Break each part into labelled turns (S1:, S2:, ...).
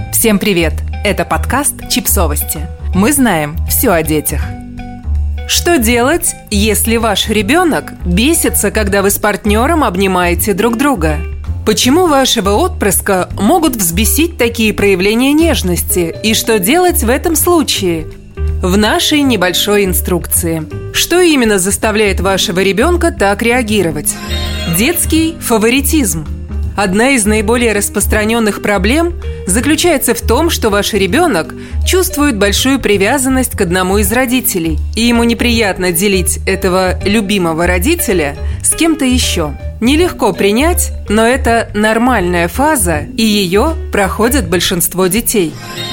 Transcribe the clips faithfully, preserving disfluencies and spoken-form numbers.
S1: Всем привет! Это подкаст «Чипсовости». Мы знаем все о детях. Что делать, если ваш ребенок бесится, когда вы с партнером обнимаете друг друга? Почему вашего отпрыска могут взбесить такие проявления нежности? И что делать в этом случае? В нашей небольшой инструкции. Что именно заставляет вашего ребенка так реагировать? Детский фаворитизм. Одна из наиболее распространенных проблем заключается в том, что ваш ребенок чувствует большую привязанность к одному из родителей, и ему неприятно делить этого любимого родителя с кем-то еще. Нелегко принять, но это нормальная фаза, и ее проходит большинство детей.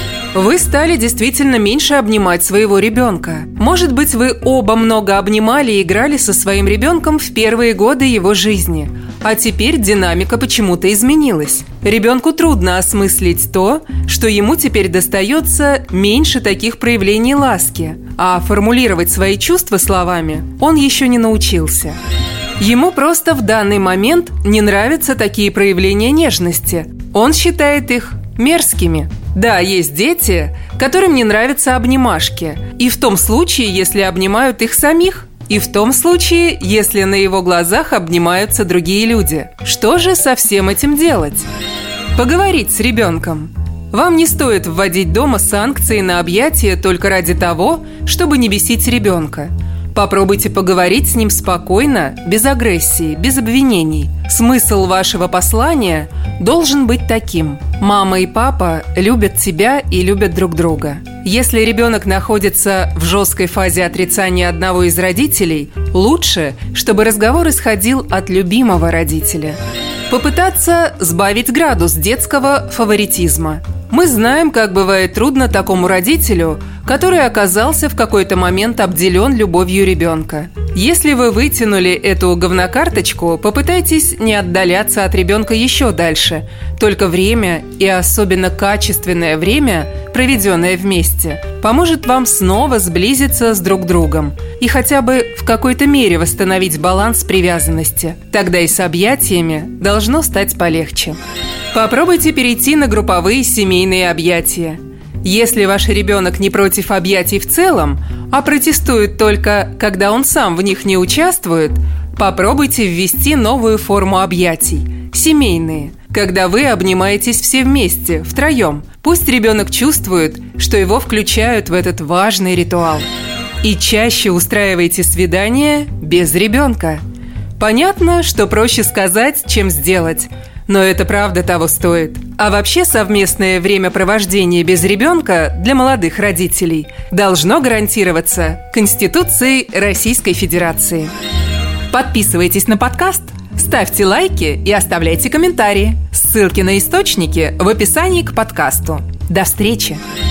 S1: Вы стали действительно меньше обнимать своего ребенка. Может быть, вы оба много обнимали и играли со своим ребенком в первые годы его жизни, а теперь динамика почему-то изменилась. Ребенку трудно осмыслить то, что ему теперь достается меньше таких проявлений ласки, а формулировать свои чувства словами он еще не научился. Ему просто в данный момент не нравятся такие проявления нежности. Он считает их мерзкими. Да, есть дети, которым не нравятся обнимашки. И в том случае, если обнимают их самих, и в том случае, если на его глазах обнимаются другие люди. Что же со всем этим делать? Поговорить с ребенком. Вам не стоит вводить дома санкции на объятия только ради того, чтобы не бесить ребенка. Попробуйте поговорить с ним спокойно, без агрессии, без обвинений. Смысл вашего послания должен быть таким: мама и папа любят тебя и любят друг друга. Если ребенок находится в жесткой фазе отрицания одного из родителей, лучше, чтобы разговор исходил от любимого родителя. Попытаться сбавить градус детского фаворитизма. Мы знаем, как бывает трудно такому родителю, который оказался в какой-то момент обделен любовью ребенка. Если вы вытянули эту говнокарточку, попытайтесь не отдаляться от ребенка еще дальше. Только время, и особенно качественное время, проведенное вместе, поможет вам снова сблизиться с друг другом и хотя бы в какой-то мере восстановить баланс привязанности. Тогда и с объятиями должно стать полегче. Попробуйте перейти на групповые семейные объятия. Если ваш ребенок не против объятий в целом, а протестует только, когда он сам в них не участвует, попробуйте ввести новую форму объятий – семейные, когда вы обнимаетесь все вместе, втроем. Пусть ребенок чувствует, что его включают в этот важный ритуал. И чаще устраивайте свидания без ребенка. Понятно, что проще сказать, чем сделать, но это правда того стоит. А вообще совместное времяпровождение без ребенка для молодых родителей должно гарантироваться Конституцией Российской Федерации. Подписывайтесь на подкаст, ставьте лайки и оставляйте комментарии. Ссылки на источники в описании к подкасту. До встречи!